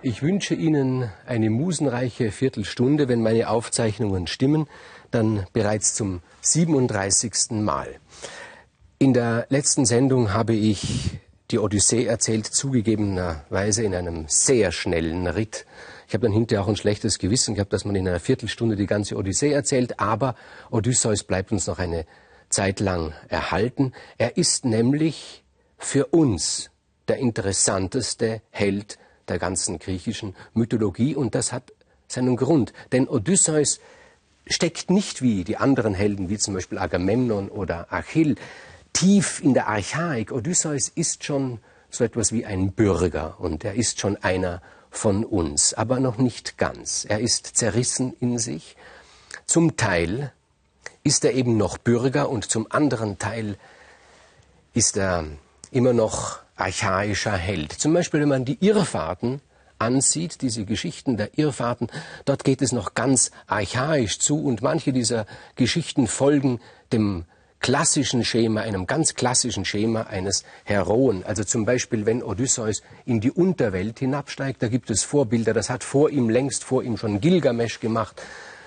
Ich wünsche Ihnen eine musenreiche Viertelstunde, wenn meine Aufzeichnungen stimmen, dann bereits zum 37. Mal. In der letzten Sendung habe ich die Odyssee erzählt, zugegebenerweise in einem sehr schnellen Ritt. Ich habe dann hinterher auch ein schlechtes Gewissen gehabt, dass man in einer Viertelstunde die ganze Odyssee erzählt, aber Odysseus bleibt uns noch eine Zeit lang erhalten. Er ist nämlich für uns der interessanteste Held der ganzen griechischen Mythologie, und das hat seinen Grund. Denn Odysseus steckt nicht wie die anderen Helden, wie zum Beispiel Agamemnon oder Achill, tief in der Archaik. Odysseus ist schon so etwas wie ein Bürger, und er ist schon einer von uns, aber noch nicht ganz. Er ist zerrissen in sich. Zum Teil ist er eben noch Bürger, und zum anderen Teil ist er immer noch archaischer Held. Zum Beispiel, wenn man die Irrfahrten ansieht, diese Geschichten der Irrfahrten, dort geht es noch ganz archaisch zu, und manche dieser Geschichten folgen dem klassischen Schema, einem ganz klassischen Schema eines Heroen. Also zum Beispiel, wenn Odysseus in die Unterwelt hinabsteigt, da gibt es Vorbilder, das hat längst vor ihm schon Gilgamesch gemacht.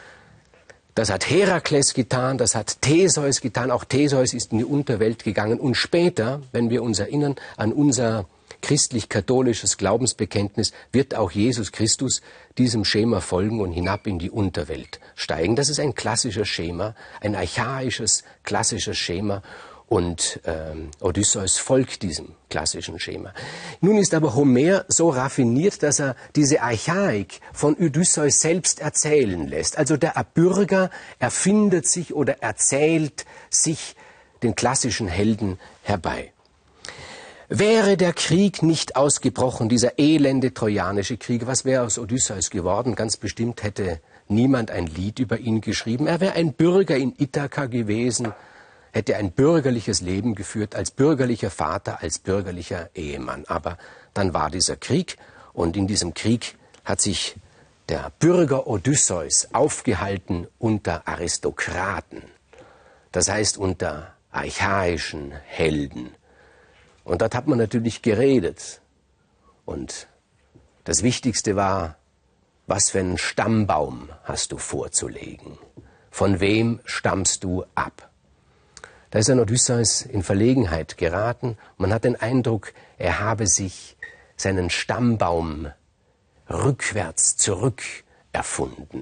Das hat Herakles getan, das hat Theseus getan. Auch Theseus ist in die Unterwelt gegangen. Und später, wenn wir uns erinnern an unser christlich-katholisches Glaubensbekenntnis, wird auch Jesus Christus diesem Schema folgen und hinab in die Unterwelt steigen. Das ist ein klassisches Schema, ein archaisches, klassisches Schema. Und Odysseus folgt diesem klassischen Schema. Nun ist aber Homer so raffiniert, dass er diese Archaik von Odysseus selbst erzählen lässt. Also der Bürger erfindet sich oder erzählt sich den klassischen Helden herbei. Wäre der Krieg nicht ausgebrochen, dieser elende trojanische Krieg, was wäre aus Odysseus geworden? Ganz bestimmt hätte niemand ein Lied über ihn geschrieben. Er wäre ein Bürger in Ithaka gewesen, hätte ein bürgerliches Leben geführt, als bürgerlicher Vater, als bürgerlicher Ehemann. Aber dann war dieser Krieg, und in diesem Krieg hat sich der Bürger Odysseus aufgehalten unter Aristokraten, das heißt unter archaischen Helden. Und dort hat man natürlich geredet. Und das Wichtigste war, was für einen Stammbaum hast du vorzulegen? Von wem stammst du ab? Da ist ein Odysseus in Verlegenheit geraten. Man hat den Eindruck, er habe sich seinen Stammbaum rückwärts zurück erfunden.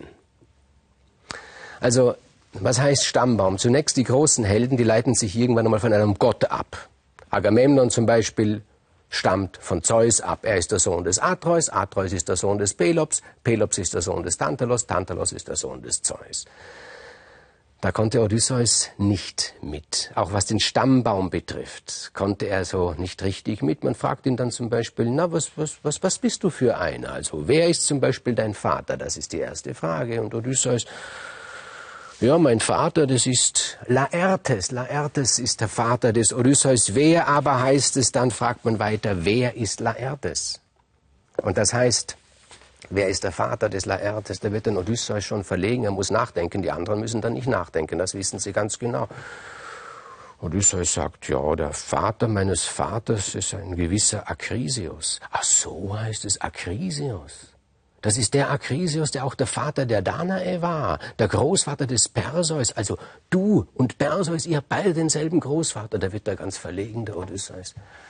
Also, was heißt Stammbaum? Zunächst die großen Helden, die leiten sich irgendwann einmal von einem Gott ab. Agamemnon zum Beispiel stammt von Zeus ab. Er ist der Sohn des Atreus, Atreus ist der Sohn des Pelops, Pelops ist der Sohn des Tantalos, Tantalos ist der Sohn des Zeus. Da konnte Odysseus nicht mit. Auch was den Stammbaum betrifft, konnte er so nicht richtig mit. Man fragt ihn dann zum Beispiel, na, was bist du für einer? Also, wer ist zum Beispiel dein Vater? Das ist die erste Frage. Und Odysseus, ja, mein Vater, das ist Laertes. Laertes ist der Vater des Odysseus. Wer aber heißt es? Dann fragt man weiter, wer ist Laertes? Und das heißt, wer ist der Vater des Laertes? Da wird dann Odysseus schon verlegen, er muss nachdenken, die anderen müssen dann nicht nachdenken, das wissen sie ganz genau. Odysseus sagt, ja, der Vater meines Vaters ist ein gewisser Akrisios. Ach so heißt es, Akrisios. Das ist der Akrisios, der auch der Vater der Danae war, der Großvater des Perseus. Also du und Perseus, ihr beide denselben Großvater. Da wird er ganz verlegen, der Odysseus.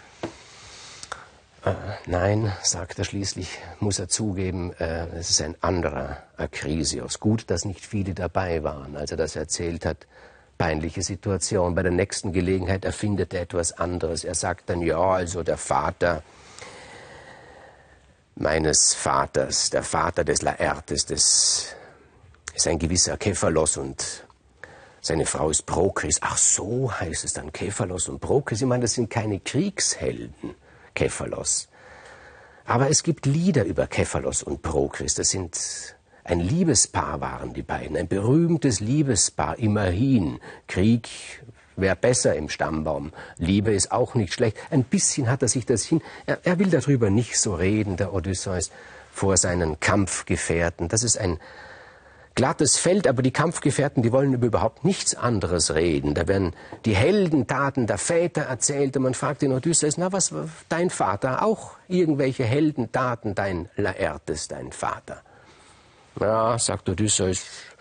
Nein, sagt er schließlich, muss er zugeben, es ist ein anderer Akrisios. Gut, dass nicht viele dabei waren, als er das erzählt hat. Peinliche Situation. Bei der nächsten Gelegenheit erfindet er etwas anderes. Er sagt dann, ja, also der Vater meines Vaters, der Vater des Laertes, das ist ein gewisser Kephalos, und seine Frau ist Prokris. Ach so heißt es dann, Kephalos und Prokris. Ich meine, das sind keine Kriegshelden. Kephalos. Aber es gibt Lieder über Kephalos und Prokris. Das sind ein Liebespaar waren die beiden, ein berühmtes Liebespaar, immerhin. Krieg wäre besser im Stammbaum, Liebe ist auch nicht schlecht. Ein bisschen hat er sich das hin. Er will darüber nicht so reden, der Odysseus, vor seinen Kampfgefährten. Das ist ein glattes Feld, aber die Kampfgefährten, die wollen über überhaupt nichts anderes reden. Da werden die Heldentaten der Väter erzählt und man fragt den Odysseus, na was, dein Vater, auch irgendwelche Heldentaten, dein Laertes, dein Vater? Ja, sagt Odysseus,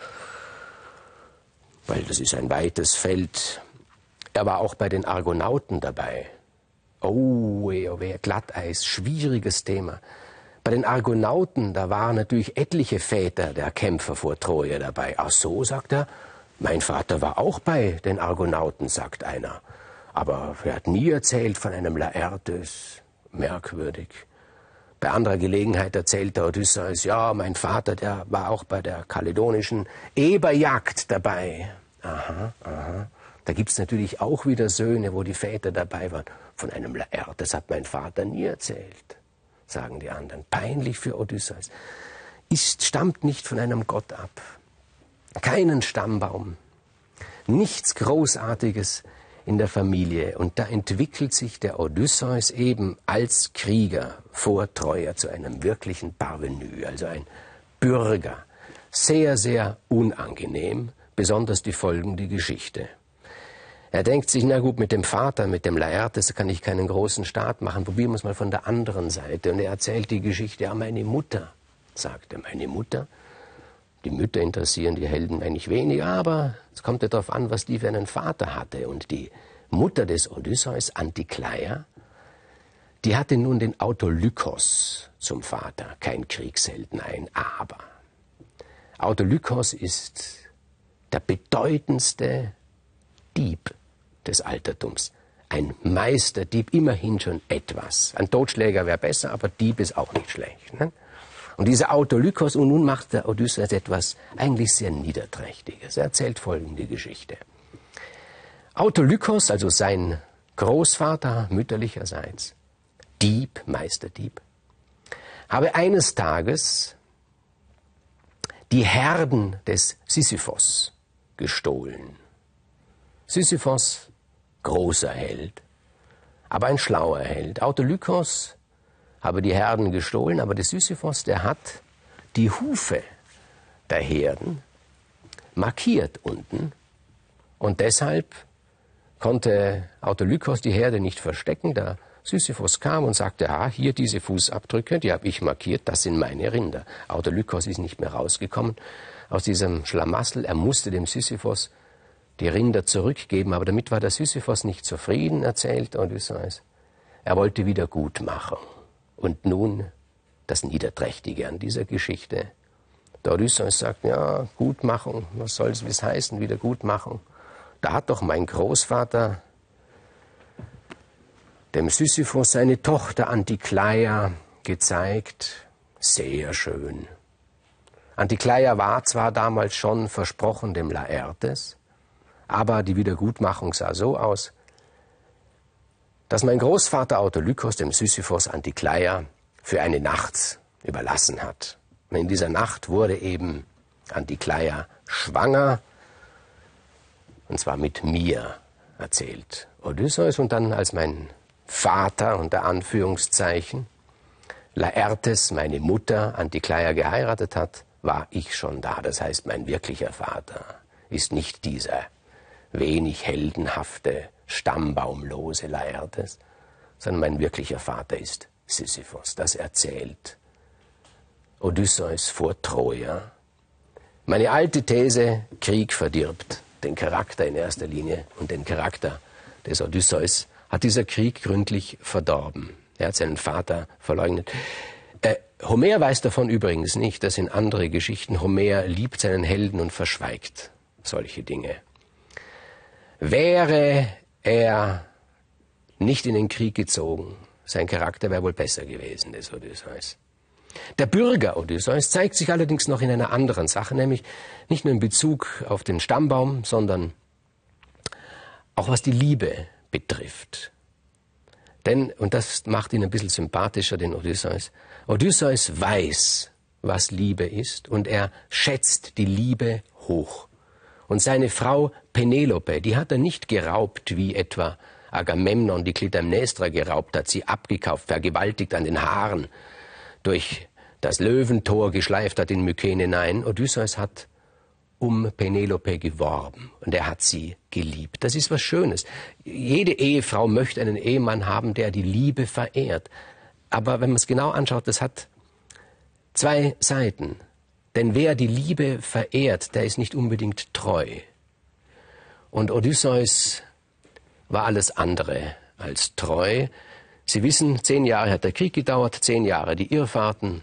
weil das ist ein weites Feld. Er war auch bei den Argonauten dabei. Oh weh, Glatteis, schwieriges Thema. Bei den Argonauten, da waren natürlich etliche Väter der Kämpfer vor Troja dabei. Ach so, sagt er, mein Vater war auch bei den Argonauten, sagt einer. Aber er hat nie erzählt von einem Laertes. Merkwürdig. Bei anderer Gelegenheit erzählt der Odysseus, ja, mein Vater, der war auch bei der kaledonischen Eberjagd dabei. Aha. Da gibt's natürlich auch wieder Söhne, wo die Väter dabei waren. Von einem Laertes hat mein Vater nie erzählt, sagen die anderen. Peinlich für Odysseus. Stammt nicht von einem Gott ab. Keinen Stammbaum. Nichts Großartiges in der Familie. Und da entwickelt sich der Odysseus eben als Krieger vor Troja zu einem wirklichen Parvenu, also ein Bürger. Sehr, sehr unangenehm, besonders die folgende Geschichte. Er denkt sich, na gut, mit dem Vater, mit dem Laertes kann ich keinen großen Staat machen, probieren wir es mal von der anderen Seite. Und er erzählt die Geschichte, ja, meine Mutter, sagt er, meine Mutter. Die Mütter interessieren die Helden eigentlich weniger, aber es kommt ja darauf an, was die für einen Vater hatte. Und die Mutter des Odysseus, Antikleia, die hatte nun den Autolykos zum Vater, kein Kriegsheld, nein, aber Autolykos ist der bedeutendste Dieb des Altertums. Ein Meisterdieb, immerhin schon etwas. Ein Totschläger wäre besser, aber Dieb ist auch nicht schlecht. Ne? Und dieser Autolykos, und nun macht der Odysseus etwas eigentlich sehr Niederträchtiges. Er erzählt folgende Geschichte. Autolykos, also sein Großvater mütterlicherseits, Dieb, Meisterdieb, habe eines Tages die Herden des Sisyphos gestohlen. Sisyphos, großer Held, aber ein schlauer Held. Autolykos habe die Herden gestohlen, aber der Sisyphos, der hat die Hufe der Herden markiert unten und deshalb konnte Autolykos die Herde nicht verstecken. Der Sisyphos kam und sagte, hier diese Fußabdrücke, die habe ich markiert, das sind meine Rinder. Autolykos ist nicht mehr rausgekommen aus diesem Schlamassel. Er musste dem Sisyphos die Rinder zurückgeben, aber damit war der Sisyphos nicht zufrieden, erzählt Odysseus. Er wollte Wiedergutmachung. Und nun das Niederträchtige an dieser Geschichte. Der Odysseus sagt, ja, Gutmachung, was soll es heißen, Wiedergutmachung? Da hat doch mein Großvater dem Sisyphos seine Tochter Antikleia gezeigt. Sehr schön. Antikleia war zwar damals schon versprochen dem Laertes, aber die Wiedergutmachung sah so aus, dass mein Großvater Autolykos dem Sisyphos Antikleia für eine Nacht überlassen hat. Und in dieser Nacht wurde eben Antikleia schwanger, und zwar mit mir, erzählt Odysseus. Und dann, als mein Vater, unter Anführungszeichen, Laertes, meine Mutter, Antikleia geheiratet hat, war ich schon da. Das heißt, mein wirklicher Vater ist nicht dieser wenig heldenhafte, stammbaumlose Laertes, sondern mein wirklicher Vater ist Sisyphos. Das erzählt Odysseus vor Troja. Meine alte These, Krieg verdirbt den Charakter in erster Linie und den Charakter des Odysseus hat dieser Krieg gründlich verdorben. Er hat seinen Vater verleugnet. Homer weiß davon übrigens nicht, das sind andere Geschichten. Homer liebt seinen Helden und verschweigt solche Dinge. Wäre er nicht in den Krieg gezogen, sein Charakter wäre wohl besser gewesen, des Odysseus. Der Bürger Odysseus zeigt sich allerdings noch in einer anderen Sache, nämlich nicht nur in Bezug auf den Stammbaum, sondern auch was die Liebe betrifft. Denn, und das macht ihn ein bisschen sympathischer, den Odysseus, Odysseus weiß, was Liebe ist, und er schätzt die Liebe hoch. Und seine Frau Penelope, die hat er nicht geraubt, wie etwa Agamemnon die Klytämnestra geraubt hat, sie abgekauft, vergewaltigt an den Haaren, durch das Löwentor geschleift hat in Mykene. Nein, Odysseus hat um Penelope geworben und er hat sie geliebt. Das ist was Schönes. Jede Ehefrau möchte einen Ehemann haben, der die Liebe verehrt. Aber wenn man es genau anschaut, das hat zwei Seiten. Denn wer die Liebe verehrt, der ist nicht unbedingt treu. Und Odysseus war alles andere als treu. Sie wissen, 10 Jahre hat der Krieg gedauert, 10 Jahre die Irrfahrten,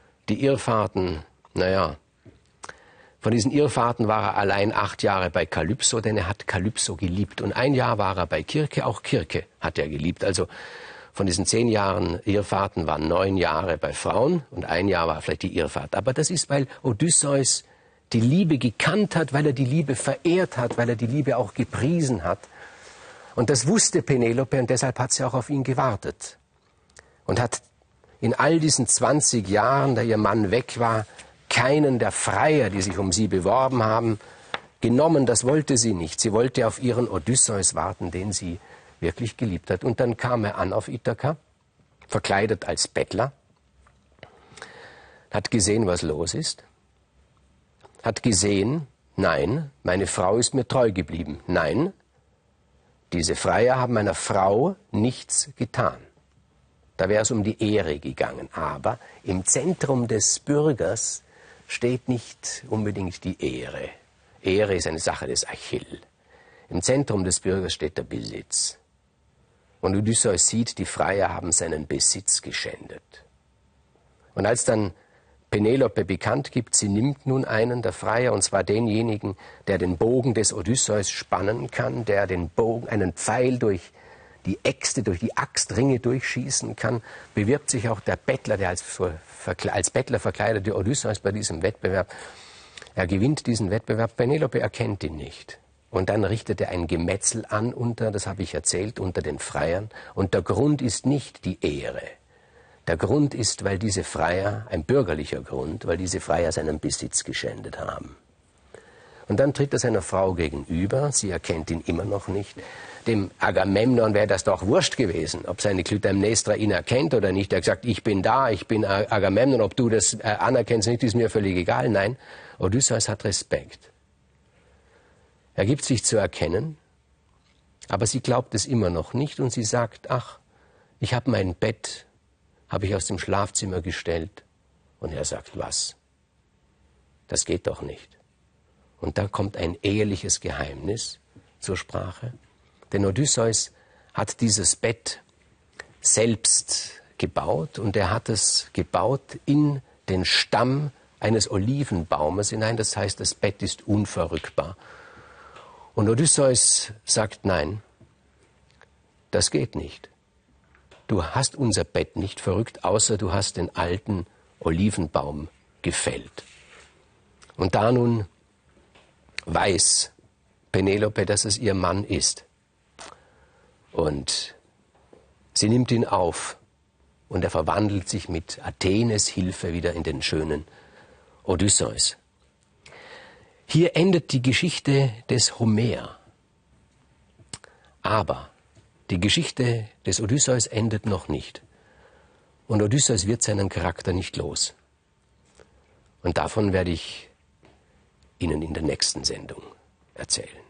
naja, von diesen Irrfahrten war er allein 8 Jahre bei Kalypso, denn er hat Kalypso geliebt. Und 1 Jahr war er bei Kirke, auch Kirke hat er geliebt. Also von diesen 10 Jahren Irrfahrten waren 9 Jahre bei Frauen und 1 Jahr war vielleicht die Irrfahrt. Aber das ist, weil Odysseus die Liebe gekannt hat, weil er die Liebe verehrt hat, weil er die Liebe auch gepriesen hat. Und das wusste Penelope und deshalb hat sie auch auf ihn gewartet. Und hat in all diesen 20 Jahren, da ihr Mann weg war, keinen der Freier, die sich um sie beworben haben, genommen. Das wollte sie nicht. Sie wollte auf ihren Odysseus warten, den sie wirklich geliebt hat. Und dann kam er an auf Ithaka, verkleidet als Bettler, hat gesehen, was los ist, hat gesehen, nein, meine Frau ist mir treu geblieben. Nein, diese Freier haben meiner Frau nichts getan. Da wäre es um die Ehre gegangen. Aber im Zentrum des Bürgers steht nicht unbedingt die Ehre. Ehre ist eine Sache des Achill. Im Zentrum des Bürgers steht der Besitz. Und Odysseus sieht, die Freier haben seinen Besitz geschändet. Und als dann Penelope bekannt gibt, sie nimmt nun einen der Freier, und zwar denjenigen, der den Bogen des Odysseus spannen kann, der den Bogen, einen Pfeil durch die Äxte, durch die Axtringe durchschießen kann, bewirbt sich auch der Bettler, der als Bettler verkleidete Odysseus bei diesem Wettbewerb. Er gewinnt diesen Wettbewerb. Penelope erkennt ihn nicht. Und dann richtet er ein Gemetzel an das habe ich erzählt, unter den Freiern. Und der Grund ist nicht die Ehre. Der Grund ist, weil diese Freier, ein bürgerlicher Grund, weil diese Freier seinen Besitz geschändet haben. Und dann tritt er seiner Frau gegenüber, sie erkennt ihn immer noch nicht. Dem Agamemnon wäre das doch wurscht gewesen, ob seine Klytämnestra ihn erkennt oder nicht. Er hat gesagt, ich bin da, ich bin Agamemnon, ob du das anerkennst nicht, ist mir völlig egal. Nein, Odysseus hat Respekt. Er gibt sich zu erkennen, aber sie glaubt es immer noch nicht und sie sagt, ach, ich habe mein Bett, habe ich aus dem Schlafzimmer gestellt. Und er sagt, was? Das geht doch nicht. Und da kommt ein eheliches Geheimnis zur Sprache. Denn Odysseus hat dieses Bett selbst gebaut und er hat es gebaut in den Stamm eines Olivenbaumes hinein. Das heißt, das Bett ist unverrückbar. Und Odysseus sagt, nein, das geht nicht. Du hast unser Bett nicht verrückt, außer du hast den alten Olivenbaum gefällt. Und da nun weiß Penelope, dass es ihr Mann ist. Und sie nimmt ihn auf und er verwandelt sich mit Athenes Hilfe wieder in den schönen Odysseus. Hier endet die Geschichte des Homer. Aber die Geschichte des Odysseus endet noch nicht. Und Odysseus wird seinen Charakter nicht los. Und davon werde ich Ihnen in der nächsten Sendung erzählen.